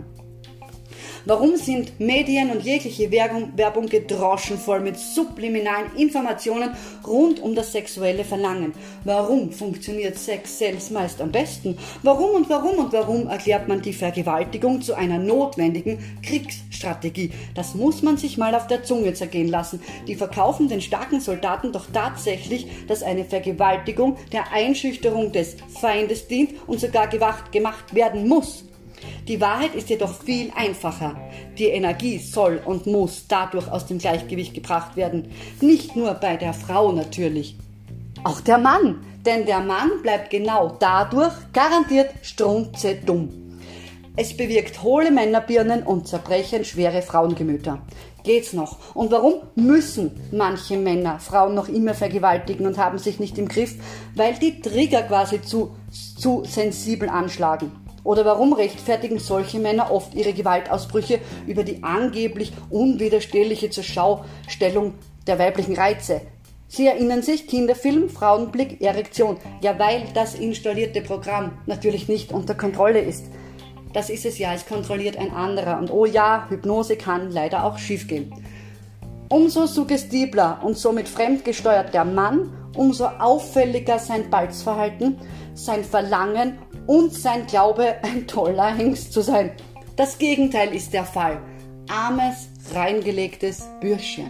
Warum sind Medien und jegliche Werbung, Werbung gedroschen voll mit subliminalen Informationen rund um das sexuelle Verlangen? Warum funktioniert Sex selbst meist am besten? Warum und warum und warum erklärt man die Vergewaltigung zu einer notwendigen Kriegsstrategie? Das muss man sich mal auf der Zunge zergehen lassen. Die verkaufen den starken Soldaten doch tatsächlich, dass eine Vergewaltigung der Einschüchterung des Feindes dient und sogar gemacht werden muss. Die Wahrheit ist jedoch viel einfacher. Die Energie soll und muss dadurch aus dem Gleichgewicht gebracht werden. Nicht nur bei der Frau natürlich. Auch der Mann. Denn der Mann bleibt genau dadurch garantiert strunzedumm. Es bewirkt hohle Männerbirnen und zerbrechen schwere Frauengemüter. Geht's noch? Und warum müssen manche Männer Frauen noch immer vergewaltigen und haben sich nicht im Griff? Weil die Trigger quasi zu, zu sensibel anschlagen. Oder warum rechtfertigen solche Männer oft ihre Gewaltausbrüche über die angeblich unwiderstehliche Zurschaustellung der weiblichen Reize? Sie erinnern sich, Kinderfilm, Frauenblick, Erektion. Ja, weil das installierte Programm natürlich nicht unter Kontrolle ist. Das ist es ja, es kontrolliert ein anderer. Und oh ja, Hypnose kann leider auch schiefgehen. Umso suggestibler und somit fremdgesteuert der Mann, umso auffälliger sein Balzverhalten, sein Verlangen und sein Glaube, ein toller Hengst zu sein. Das Gegenteil ist der Fall. Armes, reingelegtes Bürschchen.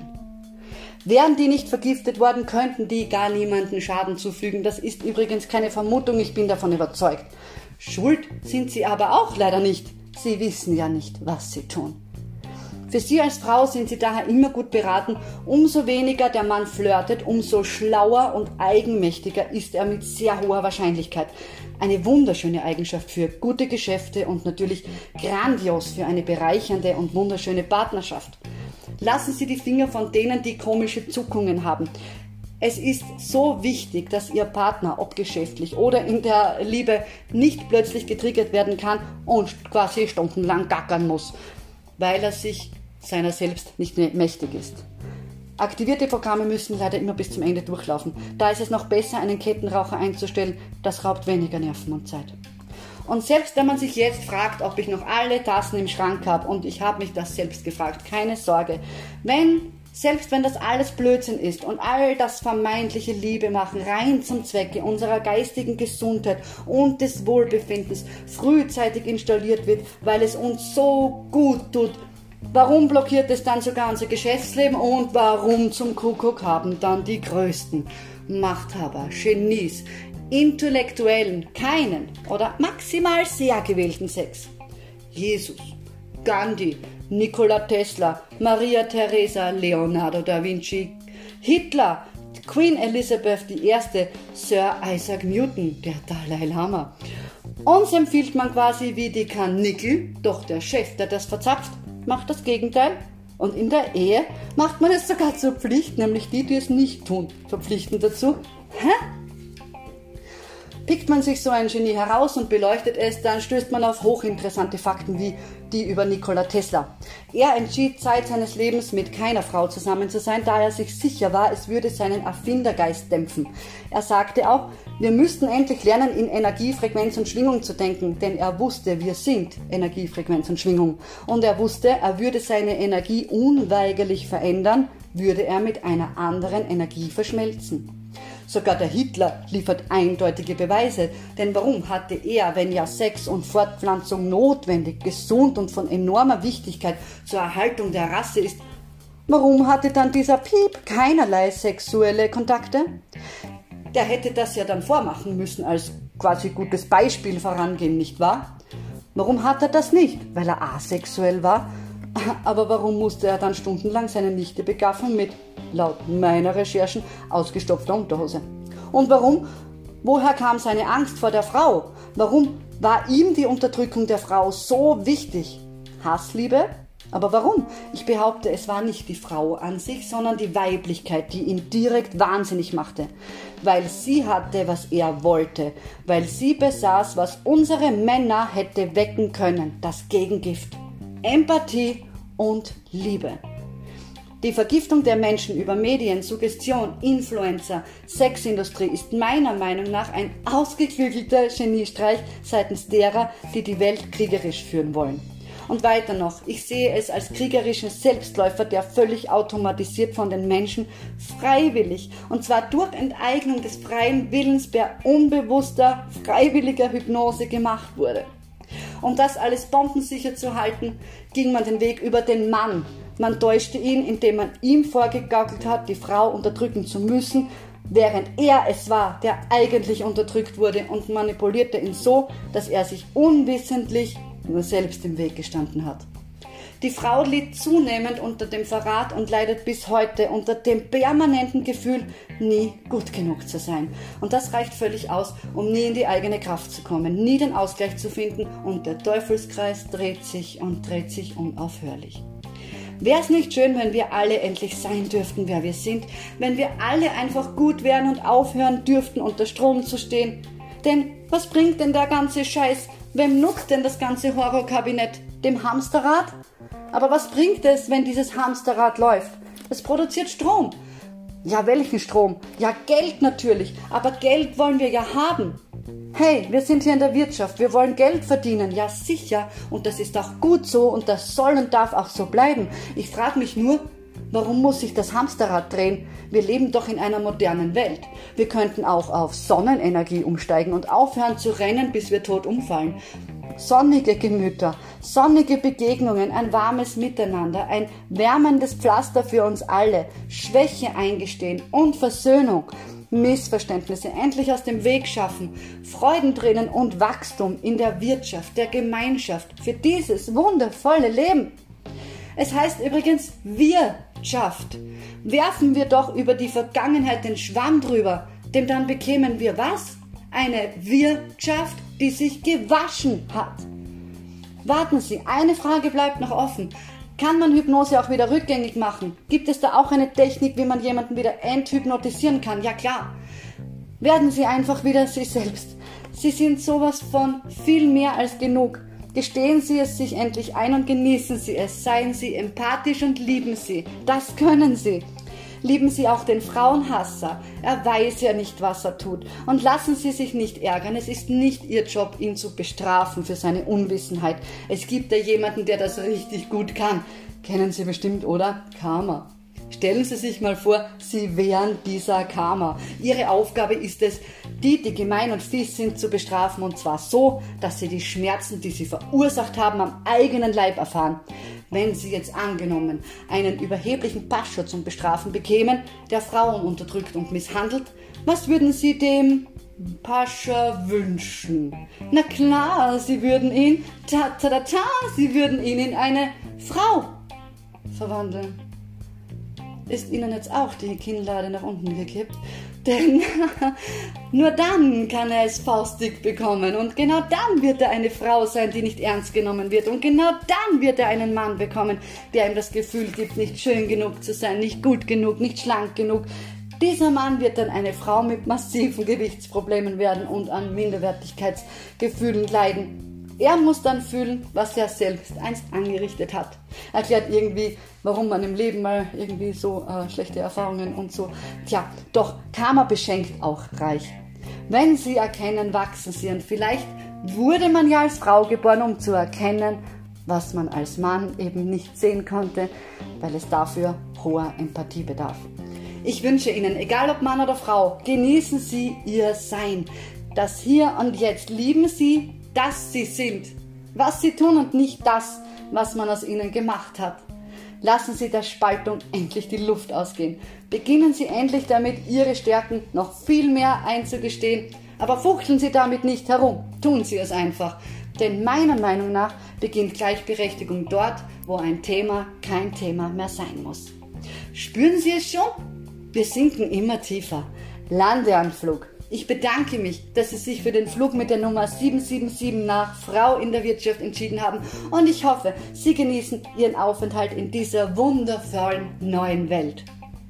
Wären die nicht vergiftet worden, könnten die gar niemanden Schaden zufügen. Das ist übrigens keine Vermutung, ich bin davon überzeugt. Schuld sind sie aber auch leider nicht. Sie wissen ja nicht, was sie tun. Für Sie als Frau sind Sie daher immer gut beraten. Umso weniger der Mann flirtet, umso schlauer und eigenmächtiger ist er mit sehr hoher Wahrscheinlichkeit. Eine wunderschöne Eigenschaft für gute Geschäfte und natürlich grandios für eine bereichernde und wunderschöne Partnerschaft. Lassen Sie die Finger von denen, die komische Zuckungen haben. Es ist so wichtig, dass Ihr Partner, ob geschäftlich oder in der Liebe, nicht plötzlich getriggert werden kann und quasi stundenlang gackern muss, weil er sich seiner selbst nicht mächtig ist. Aktivierte Programme müssen leider immer bis zum Ende durchlaufen. Da ist es noch besser, einen Kettenraucher einzustellen. Das raubt weniger Nerven und Zeit. Und selbst wenn man sich jetzt fragt, ob ich noch alle Tassen im Schrank habe, und ich habe mich das selbst gefragt, keine Sorge, wenn, selbst wenn das alles Blödsinn ist und all das vermeintliche Liebe machen rein zum Zwecke unserer geistigen Gesundheit und des Wohlbefindens frühzeitig installiert wird, weil es uns so gut tut, warum blockiert es dann sogar unser Geschäftsleben und warum zum Kuckuck haben dann die größten Machthaber, Genies, Intellektuellen keinen oder maximal sehr gewählten Sex? Jesus, Gandhi, Nikola Tesla, Maria Theresa, Leonardo da Vinci, Hitler, Queen Elizabeth die Erste, Sir Isaac Newton, der Dalai Lama. Uns empfiehlt man quasi wie die Karnickel, doch der Chef, der das verzapft, macht das Gegenteil. Und in der Ehe macht man es sogar zur Pflicht, nämlich die, die es nicht tun, verpflichten dazu. Hä? Pickt man sich so ein Genie heraus und beleuchtet es, dann stößt man auf hochinteressante Fakten wie die über Nikola Tesla. Er entschied Zeit seines Lebens mit keiner Frau zusammen zu sein, da er sich sicher war, es würde seinen Erfindergeist dämpfen. Er sagte auch, wir müssten endlich lernen, in Energie, Frequenz und Schwingung zu denken, denn er wusste, wir sind Energie, Frequenz und Schwingung. Und er wusste, er würde seine Energie unweigerlich verändern, würde er mit einer anderen Energie verschmelzen. Sogar der Hitler liefert eindeutige Beweise, denn warum hatte er, wenn ja Sex und Fortpflanzung notwendig, gesund und von enormer Wichtigkeit zur Erhaltung der Rasse ist, warum hatte dann dieser Piep keinerlei sexuelle Kontakte? Der hätte das ja dann vormachen müssen, als quasi gutes Beispiel vorangehen, nicht wahr? Warum hat er das nicht? Weil er asexuell war? Aber warum musste er dann stundenlang seine Nichte begaffen mit, laut meiner Recherchen, ausgestopfter Unterhose? Und warum? Woher kam seine Angst vor der Frau? Warum war ihm die Unterdrückung der Frau so wichtig? Hassliebe? Aber warum? Ich behaupte, es war nicht die Frau an sich, sondern die Weiblichkeit, die ihn direkt wahnsinnig machte. Weil sie hatte, was er wollte. Weil sie besaß, was unsere Männer hätte wecken können. Das Gegengift. Empathie und Liebe. Die Vergiftung der Menschen über Medien, Suggestion, Influencer, Sexindustrie ist meiner Meinung nach ein ausgeklügelter Geniestreich seitens derer, die die Welt kriegerisch führen wollen. Und weiter noch, ich sehe es als kriegerischen Selbstläufer, der völlig automatisiert von den Menschen freiwillig, und zwar durch Enteignung des freien Willens per unbewusster, freiwilliger Hypnose gemacht wurde. Um das alles bombensicher zu halten, ging man den Weg über den Mann. Man täuschte ihn, indem man ihm vorgegaukelt hat, die Frau unterdrücken zu müssen, während er es war, der eigentlich unterdrückt wurde, und manipulierte ihn so, dass er sich unwissentlich nur selbst im Weg gestanden hat. Die Frau litt zunehmend unter dem Verrat und leidet bis heute unter dem permanenten Gefühl, nie gut genug zu sein. Und das reicht völlig aus, um nie in die eigene Kraft zu kommen, nie den Ausgleich zu finden, und der Teufelskreis dreht sich und dreht sich unaufhörlich. Wäre es nicht schön, wenn wir alle endlich sein dürften, wer wir sind, wenn wir alle einfach gut wären und aufhören dürften, unter Strom zu stehen? Denn was bringt denn der ganze Scheiß? Wem nutzt denn das ganze Horrorkabinett? Dem Hamsterrad? Aber was bringt es, wenn dieses Hamsterrad läuft? Es produziert Strom. Ja, welchen Strom? Ja, Geld natürlich, aber Geld wollen wir ja haben. Hey, wir sind hier in der Wirtschaft, wir wollen Geld verdienen, ja sicher, und das ist auch gut so und das soll und darf auch so bleiben. Ich frage mich nur, warum muss sich das Hamsterrad drehen? Wir leben doch in einer modernen Welt. Wir könnten auch auf Sonnenenergie umsteigen und aufhören zu rennen, bis wir tot umfallen. Sonnige Gemüter, sonnige Begegnungen, ein warmes Miteinander, ein wärmendes Pflaster für uns alle, Schwäche eingestehen und Versöhnung, Missverständnisse endlich aus dem Weg schaffen, Freudentränen und Wachstum in der Wirtschaft, der Gemeinschaft, für dieses wundervolle Leben. Es heißt übrigens Wirtschaft. Werfen wir doch über die Vergangenheit den Schwamm drüber, denn dann bekämen wir was? Eine Wirtschaft, die sich gewaschen hat. Warten Sie, eine Frage bleibt noch offen. Kann man Hypnose auch wieder rückgängig machen? Gibt es da auch eine Technik, wie man jemanden wieder enthypnotisieren kann? Ja klar. Werden Sie einfach wieder Sie selbst. Sie sind sowas von viel mehr als genug. Gestehen Sie es sich endlich ein und genießen Sie es. Seien Sie empathisch und lieben Sie. Das können Sie. Lieben Sie auch den Frauenhasser. Er weiß ja nicht, was er tut. Und lassen Sie sich nicht ärgern. Es ist nicht Ihr Job, ihn zu bestrafen für seine Unwissenheit. Es gibt da jemanden, der das richtig gut kann. Kennen Sie bestimmt, oder? Karma. Stellen Sie sich mal vor, Sie wären dieser Karma. Ihre Aufgabe ist es, die, die gemein und fies sind, zu bestrafen. Und zwar so, dass sie die Schmerzen, die sie verursacht haben, am eigenen Leib erfahren. Wenn Sie jetzt angenommen einen überheblichen Pascha zum Bestrafen bekämen, der Frauen unterdrückt und misshandelt, was würden Sie dem Pascha wünschen? Na klar, Sie würden ihn, ta ta ta ta, Sie würden ihn in eine Frau verwandeln. Ist Ihnen jetzt auch die Kinnlade nach unten gekippt? Denn nur dann kann er es faustdick bekommen und genau dann wird er eine Frau sein, die nicht ernst genommen wird und genau dann wird er einen Mann bekommen, der ihm das Gefühl gibt, nicht schön genug zu sein, nicht gut genug, nicht schlank genug. Dieser Mann wird dann eine Frau mit massiven Gewichtsproblemen werden und an Minderwertigkeitsgefühlen leiden. Er muss dann fühlen, was er selbst einst angerichtet hat. Erklärt irgendwie, warum man im Leben mal irgendwie so äh, schlechte Erfahrungen und so. Tja, doch Karma beschenkt auch reich. Wenn Sie erkennen, wachsen Sie. Und vielleicht wurde man ja als Frau geboren, um zu erkennen, was man als Mann eben nicht sehen konnte, weil es dafür hoher Empathie bedarf. Ich wünsche Ihnen, egal ob Mann oder Frau, genießen Sie Ihr Sein. Das Hier und Jetzt, lieben Sie, dass Sie sind, was Sie tun und nicht das, was man aus Ihnen gemacht hat. Lassen Sie der Spaltung endlich die Luft ausgehen. Beginnen Sie endlich damit, Ihre Stärken noch viel mehr einzugestehen. Aber fuchteln Sie damit nicht herum. Tun Sie es einfach. Denn meiner Meinung nach beginnt Gleichberechtigung dort, wo ein Thema kein Thema mehr sein muss. Spüren Sie es schon? Wir sinken immer tiefer. Landeanflug. Ich bedanke mich, dass Sie sich für den Flug mit der Nummer sieben sieben sieben nach Frau in der Wirtschaft entschieden haben und ich hoffe, Sie genießen Ihren Aufenthalt in dieser wundervollen neuen Welt.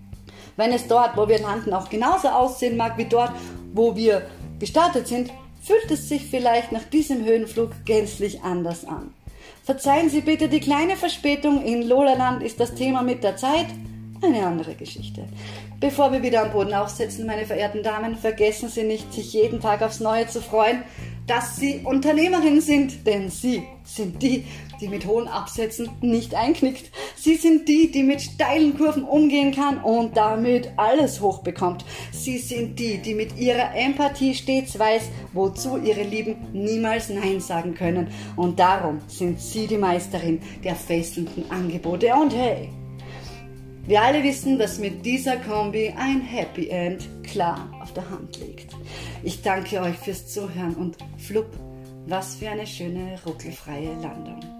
Wenn es dort, wo wir landen, auch genauso aussehen mag wie dort, wo wir gestartet sind, fühlt es sich vielleicht nach diesem Höhenflug gänzlich anders an. Verzeihen Sie bitte die kleine Verspätung, in Lolaland ist das Thema mit der Zeit eine andere Geschichte. Bevor wir wieder am Boden aufsetzen, meine verehrten Damen, vergessen Sie nicht, sich jeden Tag aufs Neue zu freuen, dass Sie Unternehmerin sind, denn Sie sind die, die mit hohen Absätzen nicht einknickt. Sie sind die, die mit steilen Kurven umgehen kann und damit alles hochbekommt. Sie sind die, die mit ihrer Empathie stets weiß, wozu ihre Lieben niemals Nein sagen können. Und darum sind Sie die Meisterin der fesselnden Angebote. Und hey, wir alle wissen, dass mit dieser Kombi ein Happy End klar auf der Hand liegt. Ich danke euch fürs Zuhören und flupp, was für eine schöne ruckelfreie Landung.